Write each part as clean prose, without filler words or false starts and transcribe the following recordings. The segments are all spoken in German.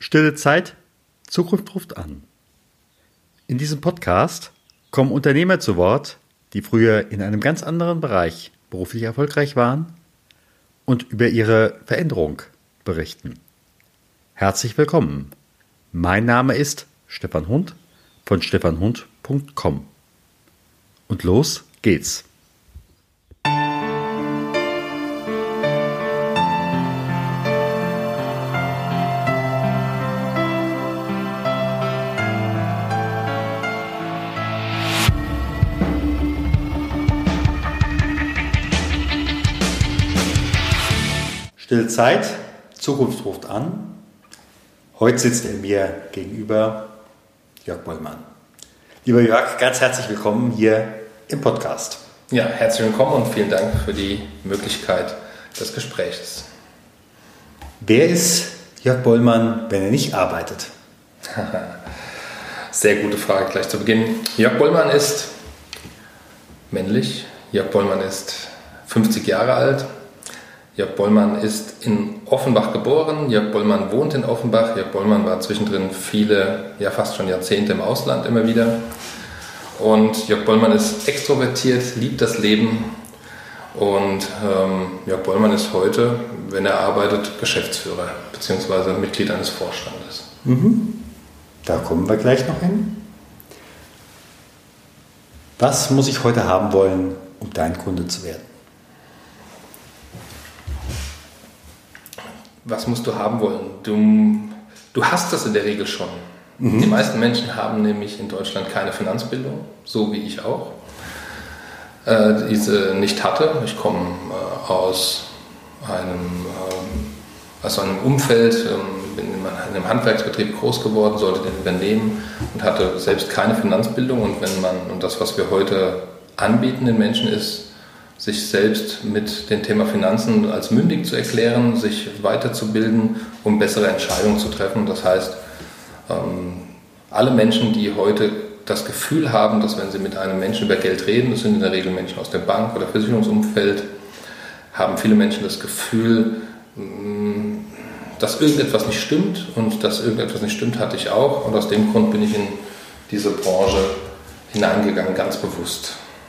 Stille Zeit, Zukunft ruft an. In diesem Podcast kommen Unternehmer zu Wort, die früher in einem ganz anderen Bereich beruflich erfolgreich waren und über ihre Veränderung berichten. Herzlich willkommen. Mein Name ist Stefan Hund von stefanhund.com. Und los geht's. Stille Zeit, Zukunft ruft an. Heute sitzt er mir gegenüber, Jörg Bollmann. Lieber Jörg, ganz herzlich willkommen hier im Podcast. Ja, herzlich willkommen und vielen Dank für die Möglichkeit des Gesprächs. Wer ist Jörg Bollmann, wenn er nicht arbeitet? Sehr gute Frage gleich zu Beginn. Jörg Bollmann ist männlich. Jörg Bollmann ist 50 Jahre alt. Jörg Bollmann ist in Offenbach geboren. Jörg Bollmann wohnt in Offenbach. Jörg Bollmann war zwischendrin viele, ja fast schon Jahrzehnte im Ausland immer wieder. Und Jörg Bollmann ist extrovertiert, liebt das Leben. Und Jörg Bollmann ist heute, wenn er arbeitet, Geschäftsführer bzw. Mitglied eines Vorstandes. Da kommen wir gleich noch hin. Was muss ich heute haben wollen, um dein Kunde zu werden? Was musst du haben wollen? Du hast das in der Regel schon. Die meisten Menschen haben nämlich in Deutschland keine Finanzbildung, so wie ich auch. Diese nicht hatte. Ich komme aus einem Umfeld, bin in einem Handwerksbetrieb groß geworden, sollte den übernehmen und hatte selbst keine Finanzbildung. Und das, was wir heute anbieten den Menschen, ist, sich selbst mit dem Thema Finanzen als mündig zu erklären, sich weiterzubilden, um bessere Entscheidungen zu treffen. Das heißt, alle Menschen, die heute das Gefühl haben, dass wenn sie mit einem Menschen über Geld reden, das sind in der Regel Menschen aus dem Bank- oder Versicherungsumfeld, haben viele Menschen das Gefühl, dass irgendetwas nicht stimmt. Und dass irgendetwas nicht stimmt, hatte ich auch. Und aus dem Grund bin ich in diese Branche hineingegangen, ganz bewusst.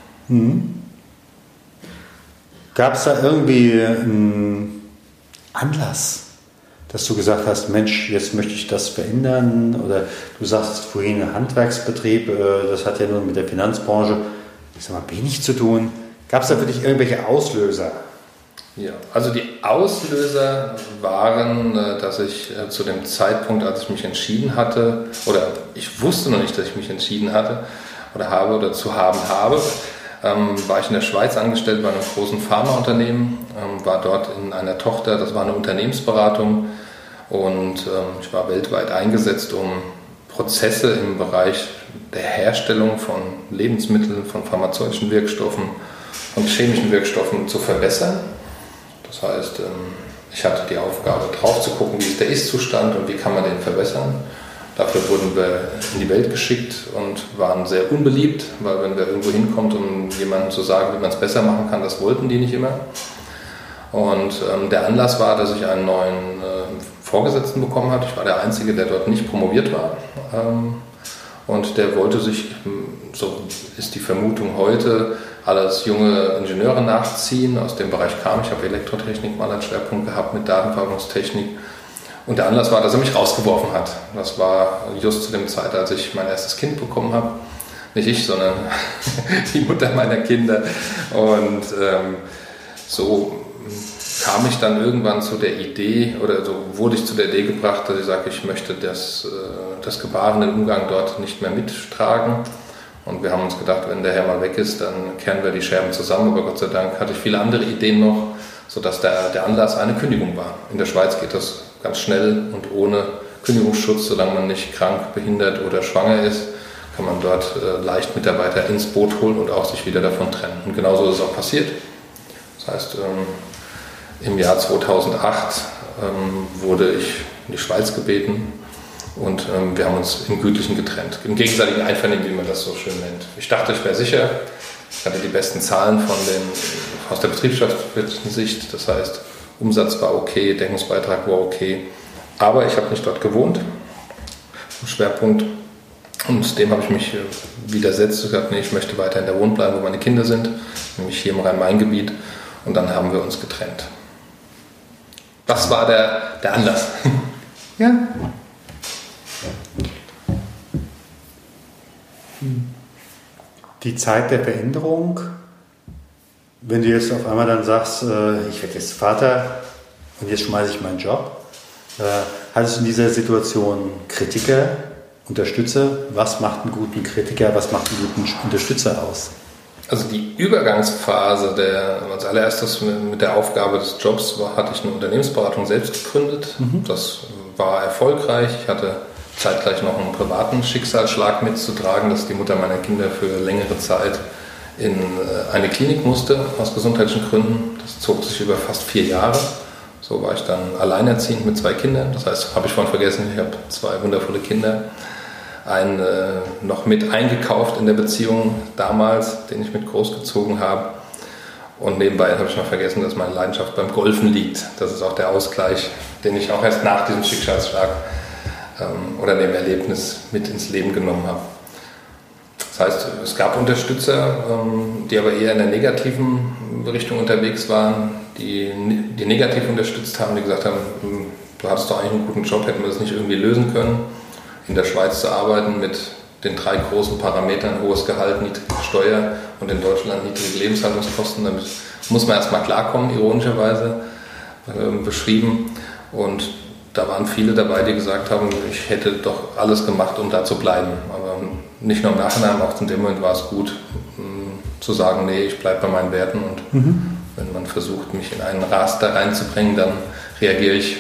Gab es da irgendwie einen Anlass, dass du gesagt hast, Mensch, jetzt möchte ich das verändern? Oder du sagst vorhin Handwerksbetrieb, das hat ja nun mit der Finanzbranche, ich sag mal, wenig zu tun. Gab es da für dich irgendwelche Auslöser? Ja, also die Auslöser waren, dass ich zu dem Zeitpunkt, als ich mich entschieden hatte, oder ich wusste noch nicht, dass ich mich entschieden hatte oder habe oder zu haben habe, war ich in der Schweiz angestellt bei einem großen Pharmaunternehmen, war dort in einer Tochter, das war eine Unternehmensberatung und ich war weltweit eingesetzt, um Prozesse im Bereich der Herstellung von Lebensmitteln, von pharmazeutischen Wirkstoffen, von chemischen Wirkstoffen zu verbessern. Das heißt, ich hatte die Aufgabe, drauf zu gucken, wie ist der Ist-Zustand und wie kann man den verbessern. Dafür wurden wir in die Welt geschickt und waren sehr unbeliebt, weil wenn wir irgendwo hinkommt, um jemandem zu sagen, wie man es besser machen kann, das wollten die nicht immer. Und der Anlass war, dass ich einen neuen Vorgesetzten bekommen habe. Ich war der Einzige, der dort nicht promoviert war. Und der wollte sich, so ist die Vermutung heute, alles junge Ingenieure nachziehen. Aus dem Bereich kam ich, habe Elektrotechnik mal als Schwerpunkt gehabt mit Datenverarbeitungstechnik. Und der Anlass war, dass er mich rausgeworfen hat. Das war just zu dem Zeit, als ich mein erstes Kind bekommen habe. Nicht ich, sondern die Mutter meiner Kinder. Und so kam ich dann irgendwann zu der Idee, oder so wurde ich zu der Idee gebracht, dass ich sage, ich möchte das Gebaren, den Umgang dort nicht mehr mittragen. Und wir haben uns gedacht, wenn der Herr mal weg ist, dann kehren wir die Scherben zusammen. Aber Gott sei Dank hatte ich viele andere Ideen noch, sodass der Anlass eine Kündigung war. In der Schweiz geht das ganz schnell und ohne Kündigungsschutz, solange man nicht krank, behindert oder schwanger ist, kann man dort leicht Mitarbeiter ins Boot holen und auch sich wieder davon trennen. Und genauso ist es auch passiert. Das heißt, im Jahr 2008 wurde ich in die Schweiz gebeten und wir haben uns im Gütlichen getrennt. Im gegenseitigen Einvernehmen, wie man das so schön nennt. Ich dachte, ich wäre sicher. Ich hatte die besten Zahlen aus der betriebswirtschaftlichen Sicht. Das heißt, Umsatz war okay, Deckungsbeitrag war okay. Aber ich habe nicht dort gewohnt, im Schwerpunkt. Und dem habe ich mich widersetzt und gesagt, nee, ich möchte weiter in der Wohnung bleiben, wo meine Kinder sind, nämlich hier im Rhein-Main-Gebiet. Und dann haben wir uns getrennt. Was war der Anlass? Ja. Die Zeit der Veränderung, wenn du jetzt auf einmal dann sagst, ich werde jetzt Vater und jetzt schmeiße ich meinen Job, hattest du in dieser Situation Kritiker, Unterstützer? Was macht einen guten Kritiker, was macht einen guten Unterstützer aus? Also die Übergangsphase, als allererstes mit der Aufgabe des Jobs, hatte ich eine Unternehmensberatung selbst gegründet. Das war erfolgreich. Ich hatte zeitgleich noch einen privaten Schicksalsschlag mitzutragen, dass die Mutter meiner Kinder für längere Zeit in eine Klinik musste, aus gesundheitlichen Gründen. Das zog sich über fast 4 Jahre. So war ich dann alleinerziehend mit 2 Kindern. Das heißt, habe ich vorhin vergessen, ich habe 2 wundervolle Kinder. Einen noch mit eingekauft in der Beziehung damals, den ich mit großgezogen habe. Und nebenbei habe ich noch vergessen, dass meine Leidenschaft beim Golfen liegt. Das ist auch der Ausgleich, den ich auch erst nach diesem Schicksalsschlag oder dem Erlebnis mit ins Leben genommen habe. Das heißt, es gab Unterstützer, die aber eher in der negativen Richtung unterwegs waren, die negativ unterstützt haben, die gesagt haben, du hattest doch eigentlich einen guten Job, hätten wir das nicht irgendwie lösen können. In der Schweiz zu arbeiten mit den 3 großen Parametern, hohes Gehalt, niedrige Steuer und in Deutschland niedrige Lebenshaltungskosten. Damit muss man erstmal klarkommen, ironischerweise beschrieben. Und da waren viele dabei, die gesagt haben, ich hätte doch alles gemacht, um da zu bleiben. Aber nicht nur im Nachhinein, auch in dem Moment war es gut, zu sagen, nee, ich bleibe bei meinen Werten. Und wenn man versucht, mich in einen Raster reinzubringen, dann reagiere ich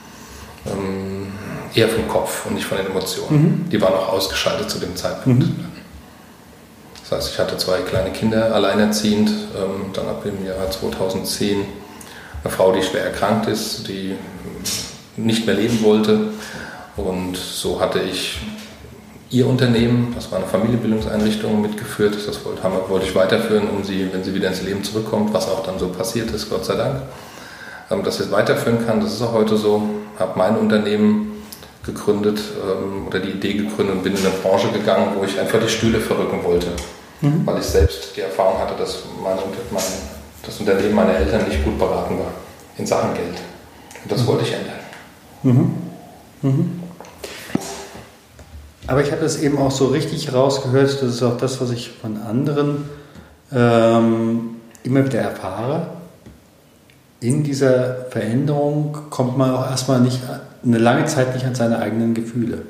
eher vom Kopf und nicht von den Emotionen. Die waren auch ausgeschaltet zu dem Zeitpunkt. Das heißt, ich hatte 2 kleine Kinder, alleinerziehend, dann ab dem Jahr 2010 eine Frau, die schwer erkrankt ist, die nicht mehr leben wollte. Und so hatte ich ihr Unternehmen, das war eine Familienbildungseinrichtung, mitgeführt. Das wollte ich weiterführen, um sie, wenn sie wieder ins Leben zurückkommt, was auch dann so passiert ist, Gott sei Dank, dass ich es weiterführen kann. Das ist auch heute so. Habe mein Unternehmen gegründet oder die Idee gegründet und bin in eine Branche gegangen, wo ich einfach die Stühle verrücken wollte, weil ich selbst die Erfahrung hatte, dass das Unternehmen meiner Eltern nicht gut beraten war in Sachen Geld. Und das wollte ich ändern. Aber ich habe das eben auch so richtig rausgehört, das ist auch das, was ich von anderen immer wieder erfahre. In dieser Veränderung kommt man auch erstmal eine lange Zeit nicht an seine eigenen Gefühle.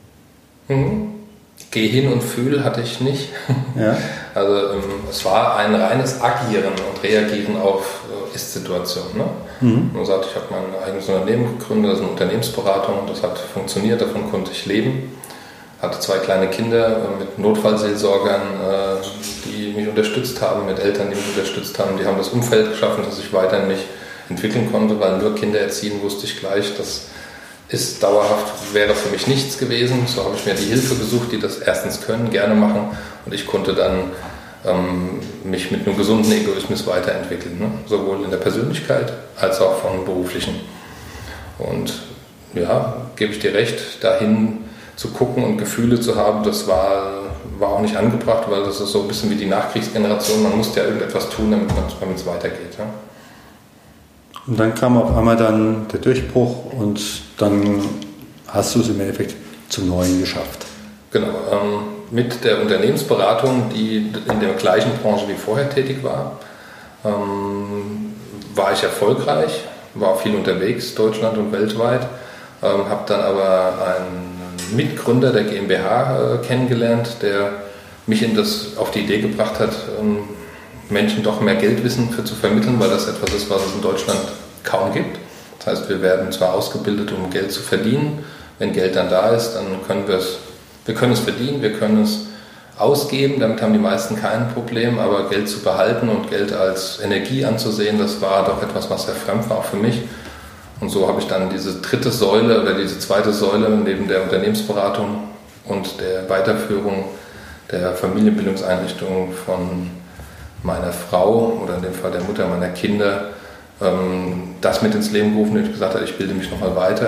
Geh hin und fühl hatte ich nicht. Ja. Also es war ein reines Agieren und Reagieren auf Ist-Situationen. Ne? Man sagt, ich habe mein eigenes Unternehmen gegründet, das ist eine Unternehmensberatung, das hat funktioniert, davon konnte ich leben. Hatte 2 kleine Kinder mit Notfallseelsorgern, die mich unterstützt haben, mit Eltern, die mich unterstützt haben. Die haben das Umfeld geschaffen, dass ich weiterhin mich entwickeln konnte, weil nur Kinder erziehen wusste ich gleich, das ist dauerhaft, wäre für mich nichts gewesen. So habe ich mir die Hilfe gesucht, die das erstens können, gerne machen, und ich konnte dann mich mit einem gesunden Egoismus weiterentwickeln, ne? Sowohl in der Persönlichkeit als auch von beruflichen. Und ja, gebe ich dir recht, dahin zu gucken und Gefühle zu haben, das war auch nicht angebracht, weil das ist so ein bisschen wie die Nachkriegsgeneration, man musste ja irgendetwas tun, damit es weitergeht. Ja? Und dann kam auf einmal dann der Durchbruch und dann hast du es im Endeffekt zum Neuen geschafft. Genau, mit der Unternehmensberatung, die in der gleichen Branche wie vorher tätig war, war ich erfolgreich, war viel unterwegs, Deutschland und weltweit, habe dann aber einen Mitgründer der GmbH kennengelernt, der mich auf die Idee gebracht hat, Menschen doch mehr Geldwissen zu vermitteln, weil das etwas ist, was es in Deutschland kaum gibt. Das heißt, wir werden zwar ausgebildet, um Geld zu verdienen. Wenn Geld dann da ist, dann können wir es verdienen, wir können es ausgeben, damit haben die meisten kein Problem, aber Geld zu behalten und Geld als Energie anzusehen, das war doch etwas, was sehr fremd war, auch für mich. Und so habe ich dann diese 3. Säule oder diese 2. Säule neben der Unternehmensberatung und der Weiterführung der Familienbildungseinrichtung von meiner Frau oder in dem Fall der Mutter meiner Kinder das mit ins Leben gerufen, und ich gesagt habe, ich bilde mich nochmal weiter,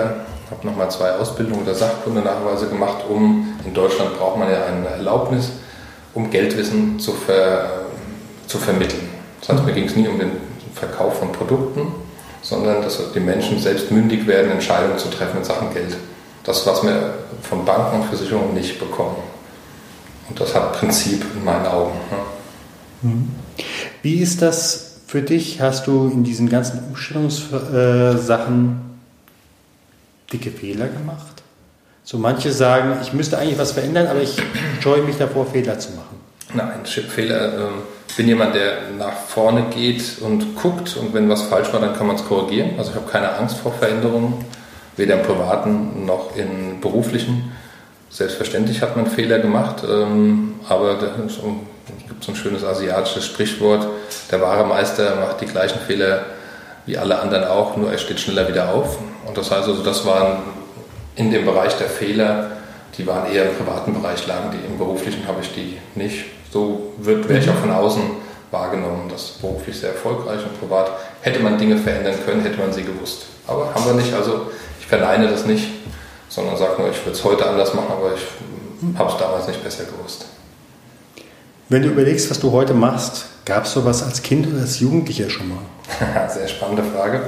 habe nochmal 2 Ausbildungen oder Sachkundenachweise gemacht, in Deutschland braucht man ja eine Erlaubnis, um Geldwissen zu vermitteln. Das heißt, mir ging es nie um den Verkauf von Produkten, sondern dass die Menschen selbst mündig werden, Entscheidungen zu treffen in Sachen Geld. Das, was wir von Banken und Versicherungen nicht bekommen. Und das hat Prinzip in meinen Augen. Ja. Wie ist das für dich? Hast du in diesen ganzen Umstellungssachen dicke Fehler gemacht? So manche sagen, ich müsste eigentlich was verändern, aber ich scheue mich davor, Fehler zu machen. Nein, Fehler. Ich bin jemand, der nach vorne geht und guckt, und wenn was falsch war, dann kann man es korrigieren. Also ich habe keine Angst vor Veränderungen, weder im Privaten noch im Beruflichen. Selbstverständlich hat man Fehler gemacht, aber es gibt so ein schönes asiatisches Sprichwort: Der wahre Meister macht die gleichen Fehler wie alle anderen auch, nur er steht schneller wieder auf. Und das heißt also, das waren in dem Bereich der Fehler, die waren eher im privaten Bereich, lagen die. Im beruflichen habe ich die nicht. So wäre ich auch von außen wahrgenommen, dass beruflich sehr erfolgreich und privat. Hätte man Dinge verändern können, hätte man sie gewusst. Aber haben wir nicht, also ich verneine das nicht, sondern sage nur, ich würde es heute anders machen, aber ich habe es damals nicht besser gewusst. Wenn du überlegst, was du heute machst, gab es sowas als Kind oder als Jugendlicher schon mal? Sehr spannende Frage.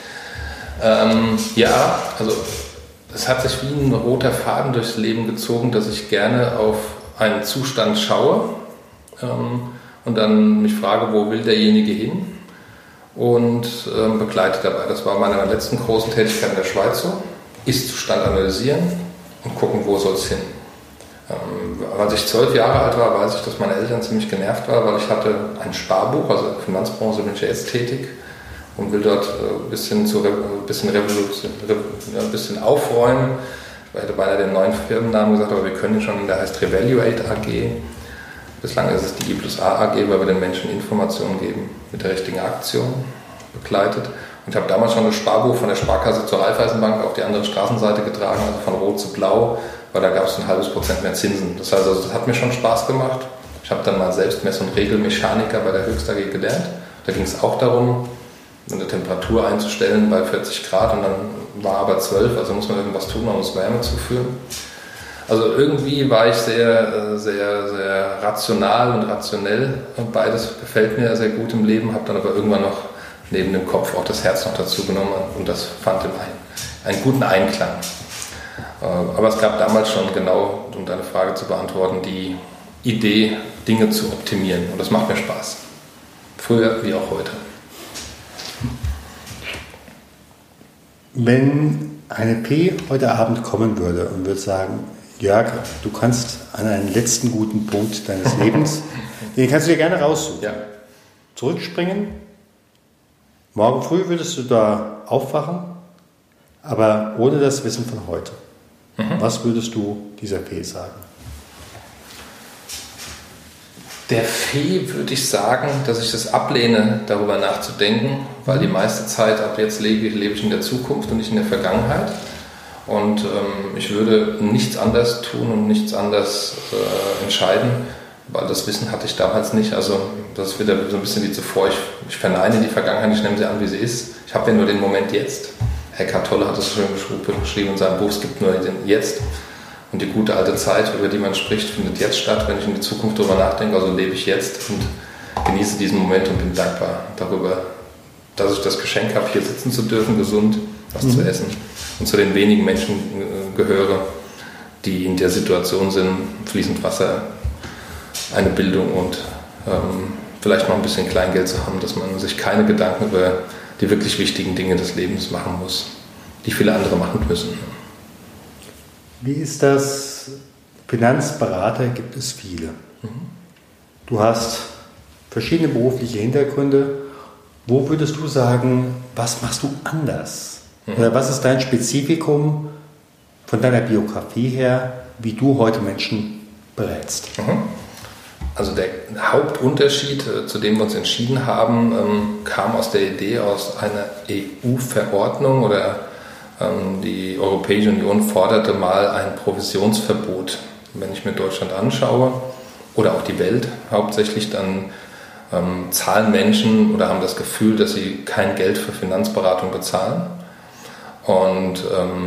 Ja, also es hat sich wie ein roter Faden durchs Leben gezogen, dass ich gerne auf einen Zustand schaue und dann mich frage, wo will derjenige hin, und begleite dabei. Das war meine letzten großen Tätigkeit in der Schweiz so. Ist-Zustand analysieren und gucken, wo soll es hin. Als ich 12 Jahre alt war, weiß ich, dass meine Eltern ziemlich genervt waren, weil ich hatte ein Sparbuch, also in der Finanzbranche bin ich ja jetzt tätig und will dort ein bisschen aufräumen. Ich hätte beinahe den neuen Firmennamen gesagt, aber wir können ihn schon, der heißt Revaluate AG. Bislang ist es die I+A AG, weil wir den Menschen Informationen geben mit der richtigen Aktion begleitet. Und ich habe damals schon das Sparbuch von der Sparkasse zur Raiffeisenbank auf die andere Straßenseite getragen, also von Rot zu Blau, weil da gab es 0,5% mehr Zinsen. Das heißt, also, das hat mir schon Spaß gemacht. Ich habe dann mal selbst Mess- und Regelmechaniker bei der Höchst AG gelernt. Da ging es auch darum, eine Temperatur einzustellen bei 40 Grad, und dann war aber 12, also muss man irgendwas tun, um es Wärme zuführen. Also irgendwie war ich sehr, sehr, sehr rational und rationell. Beides gefällt mir sehr gut im Leben, habe dann aber irgendwann noch neben dem Kopf auch das Herz noch dazu genommen, und das fand einen guten Einklang. Aber es gab damals schon, genau, um deine Frage zu beantworten, die Idee, Dinge zu optimieren, und das macht mir Spaß. Früher wie auch heute. Wenn eine P heute Abend kommen würde und würde sagen, Jörg, du kannst an einen letzten guten Punkt deines Lebens, den kannst du dir gerne raussuchen. Ja. Zurückspringen. Morgen früh würdest du da aufwachen, aber ohne das Wissen von heute. Was würdest du dieser P sagen? Der Fee würde ich sagen, dass ich das ablehne, darüber nachzudenken, weil die meiste Zeit ab jetzt lebe ich in der Zukunft und nicht in der Vergangenheit. Und ich würde nichts anders tun und nichts anders entscheiden, weil das Wissen hatte ich damals nicht. Also das ist wieder so ein bisschen wie zuvor. Ich verneine die Vergangenheit, ich nehme sie an, wie sie ist. Ich habe ja nur den Moment jetzt. Eckhart Tolle hat es schön beschrieben in seinem Buch, es gibt nur den Jetzt. Und die gute alte Zeit, über die man spricht, findet jetzt statt, wenn ich in die Zukunft darüber nachdenke. Also lebe ich jetzt und genieße diesen Moment und bin dankbar darüber, dass ich das Geschenk habe, hier sitzen zu dürfen, gesund was zu essen, und zu den wenigen Menschen gehöre, die in der Situation sind, fließend Wasser, eine Bildung und vielleicht noch ein bisschen Kleingeld zu haben, dass man sich keine Gedanken über die wirklich wichtigen Dinge des Lebens machen muss, die viele andere machen müssen. Wie ist das? Finanzberater gibt es viele. Du hast verschiedene berufliche Hintergründe. Wo würdest du sagen, was machst du anders? Oder was ist dein Spezifikum von deiner Biografie her, wie du heute Menschen berätst? Also der Hauptunterschied, zu dem wir uns entschieden haben, kam aus der Idee aus einer EU-Verordnung, oder die Europäische Union forderte mal ein Provisionsverbot. Wenn ich mir Deutschland anschaue oder auch die Welt hauptsächlich, dann zahlen Menschen oder haben das Gefühl, dass sie kein Geld für Finanzberatung bezahlen. Und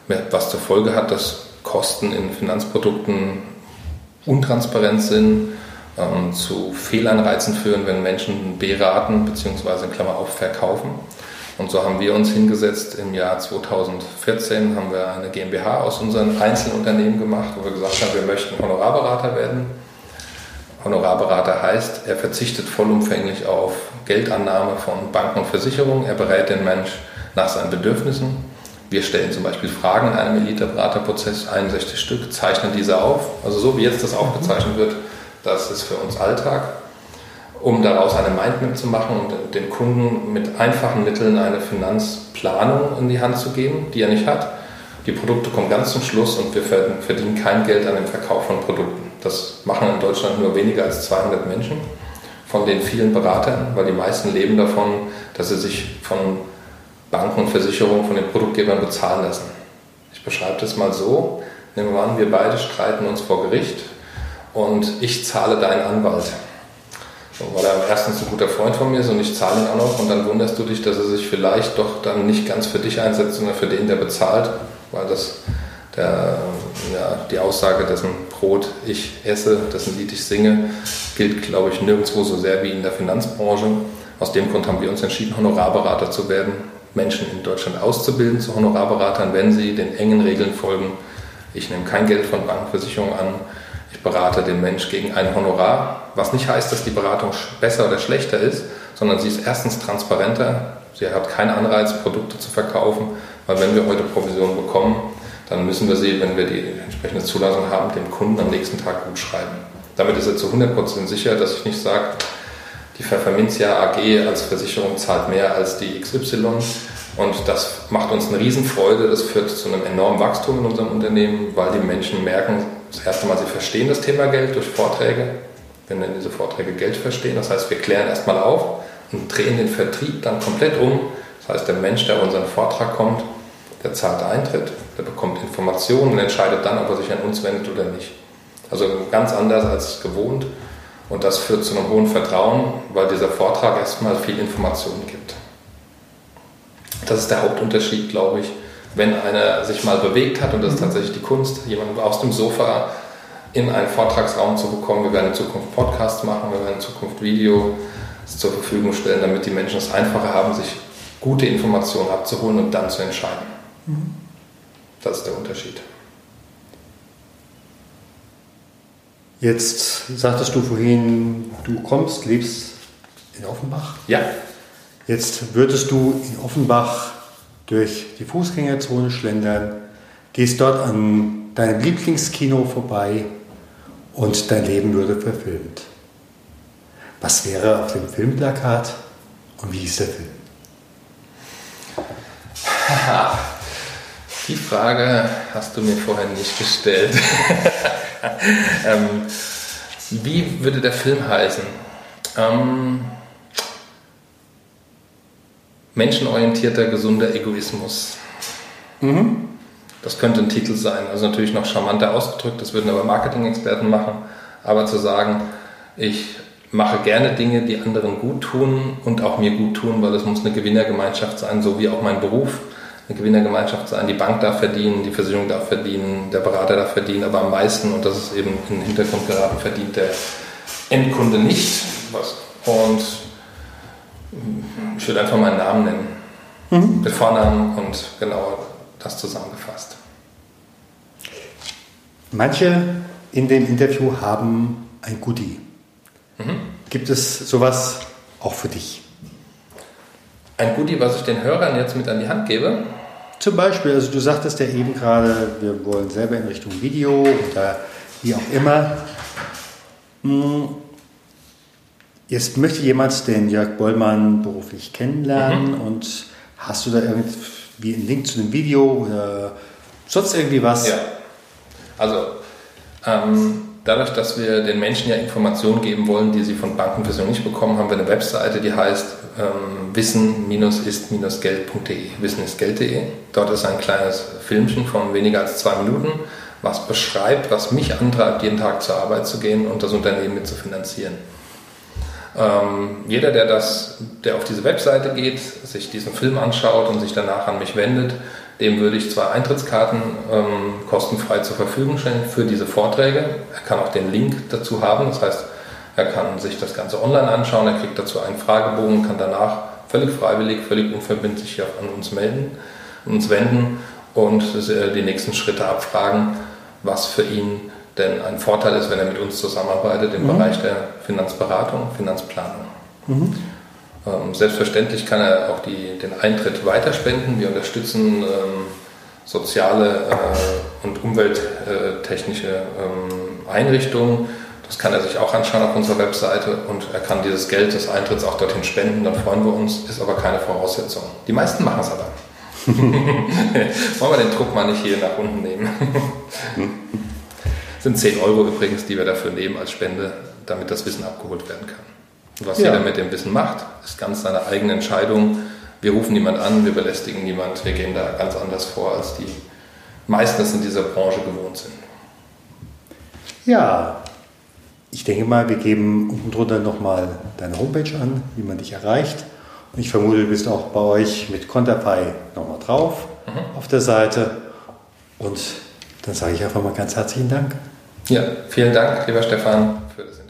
was zur Folge hat, dass Kosten in Finanzprodukten untransparent sind, zu Fehlanreizen führen, wenn Menschen beraten bzw. in Klammer auf verkaufen. Und so haben wir uns hingesetzt, im Jahr 2014 haben wir eine GmbH aus unseren Einzelunternehmen gemacht, wo wir gesagt haben, wir möchten Honorarberater werden. Honorarberater heißt, er verzichtet vollumfänglich auf Geldannahme von Banken und Versicherungen, er berät den Mensch nach seinen Bedürfnissen. Wir stellen zum Beispiel Fragen in einem Elite-Beraterprozess, 61 Stück, zeichnen diese auf. Also so wie jetzt das aufgezeichnet wird, das ist für uns Alltag, um daraus eine Mindmap zu machen und dem Kunden mit einfachen Mitteln eine Finanzplanung in die Hand zu geben, die er nicht hat. Die Produkte kommen ganz zum Schluss und wir verdienen kein Geld an dem Verkauf von Produkten. Das machen in Deutschland nur weniger als 200 Menschen von den vielen Beratern, weil die meisten leben davon, dass sie sich von Banken und Versicherungen, von den Produktgebern bezahlen lassen. Ich beschreibe das mal so. Nehmen wir an, wir beide streiten uns vor Gericht und ich zahle deinen Anwalt. Weil er erstens ein guter Freund von mir ist und ich zahle ihn auch noch und dann wunderst du dich, dass er sich vielleicht doch dann nicht ganz für dich einsetzt, sondern für den, der bezahlt, weil das die Aussage, dessen Brot ich esse, dessen Lied ich singe, gilt, glaube ich, nirgendwo so sehr wie in der Finanzbranche. Aus dem Grund haben wir uns entschieden, Honorarberater zu werden, Menschen in Deutschland auszubilden zu Honorarberatern, wenn sie den engen Regeln folgen. Ich nehme kein Geld von Bankenversicherungen an. Ich berate den Mensch gegen ein Honorar, was nicht heißt, dass die Beratung besser oder schlechter ist, sondern sie ist erstens transparenter, sie hat keinen Anreiz, Produkte zu verkaufen, weil wenn wir heute Provision bekommen, dann müssen wir sie, wenn wir die entsprechende Zulassung haben, dem Kunden am nächsten Tag gut schreiben. Damit ist er zu 100% sicher, dass ich nicht sage, die Pfefferminzia AG als Versicherung zahlt mehr als die XY. Und das macht uns eine Riesenfreude, das führt zu einem enormen Wachstum in unserem Unternehmen, weil die Menschen merken, das erste Mal, sie verstehen das Thema Geld durch Vorträge, wir nennen diese Vorträge Geld verstehen, das heißt, wir klären erstmal auf und drehen den Vertrieb dann komplett um. Das heißt, der Mensch, der auf unseren Vortrag kommt, der zahlt Eintritt, der bekommt Informationen und entscheidet dann, ob er sich an uns wendet oder nicht. Also ganz anders als gewohnt und das führt zu einem hohen Vertrauen, weil dieser Vortrag erstmal viel Informationen gibt. Das ist der Hauptunterschied, glaube ich, wenn einer sich mal bewegt hat und das ist tatsächlich die Kunst, jemanden aus dem Sofa in einen Vortragsraum zu bekommen. Wir werden in Zukunft Podcasts machen, wir werden in Zukunft Videos zur Verfügung stellen, damit die Menschen es einfacher haben, sich gute Informationen abzuholen und dann zu entscheiden. Das ist der Unterschied. Jetzt sagtest du vorhin, du lebst in Offenbach? Ja. Jetzt würdest du in Offenbach durch die Fußgängerzone schlendern, gehst dort an deinem Lieblingskino vorbei und dein Leben würde verfilmt. Was wäre auf dem Filmplakat und wie hieß der Film? Die Frage hast du mir vorher nicht gestellt. Wie würde der Film heißen? Menschenorientierter, gesunder Egoismus. Das könnte ein Titel sein. Also natürlich noch charmanter ausgedrückt, das würden aber Marketing-Experten machen. Aber zu sagen, ich mache gerne Dinge, die anderen gut tun und auch mir gut tun, weil es muss eine Gewinnergemeinschaft sein, so wie auch mein Beruf eine Gewinnergemeinschaft sein. Die Bank darf verdienen, die Versicherung darf verdienen, der Berater darf verdienen, aber am meisten, und das ist eben in den Hintergrund geraten, verdient der Endkunde nicht. Und ich würde einfach meinen Namen nennen. Mit Vornamen und genau das zusammengefasst. Manche in dem Interview haben ein Goodie. Gibt es sowas auch für dich? Ein Goodie, was ich den Hörern jetzt mit an die Hand gebe? Zum Beispiel, also du sagtest ja eben gerade, wir wollen selber in Richtung Video oder wie auch immer. Jetzt möchte jemand den Jörg Bollmann beruflich kennenlernen und hast du da irgendwie einen Link zu einem Video oder sonst irgendwie was? Ja, also dadurch, dass wir den Menschen ja Informationen geben wollen, die sie von Bankenversicherung nicht bekommen, haben wir eine Webseite, die heißt wissen-ist-geld.de, wissen-ist-geld.de. Dort ist ein kleines Filmchen von weniger als 2 Minuten, was beschreibt, was mich antreibt, jeden Tag zur Arbeit zu gehen und das Unternehmen mit zu finanzieren. Jeder, der auf diese Webseite geht, sich diesen Film anschaut und sich danach an mich wendet, dem würde ich 2 Eintrittskarten kostenfrei zur Verfügung stellen für diese Vorträge. Er kann auch den Link dazu haben, das heißt, er kann sich das Ganze online anschauen, er kriegt dazu einen Fragebogen, kann danach völlig freiwillig, völlig unverbindlich an uns wenden und die nächsten Schritte abfragen, was für ihn denn ein Vorteil ist, wenn er mit uns zusammenarbeitet im Bereich der Finanzberatung, Finanzplanung. Selbstverständlich kann er auch den Eintritt weiterspenden. Wir unterstützen soziale und umwelttechnische Einrichtungen. Das kann er sich auch anschauen auf unserer Webseite und er kann dieses Geld des Eintritts auch dorthin spenden, dann freuen wir uns, ist aber keine Voraussetzung. Die meisten machen es aber. Wollen wir den Druck mal nicht hier nach unten nehmen. Sind 10 Euro übrigens, die wir dafür nehmen als Spende, damit das Wissen abgeholt werden kann. Und was jeder mit dem Wissen macht, ist ganz seine eigene Entscheidung. Wir rufen niemand an, wir belästigen niemand, wir gehen da ganz anders vor, als die meisten es in dieser Branche gewohnt sind. Ja, ich denke mal, wir geben unten drunter nochmal deine Homepage an, wie man dich erreicht. Und ich vermute, du bist auch bei euch mit Konterfei nochmal drauf auf der Seite. Und dann sage ich einfach mal ganz herzlichen Dank. Ja, vielen Dank, lieber Stefan, für das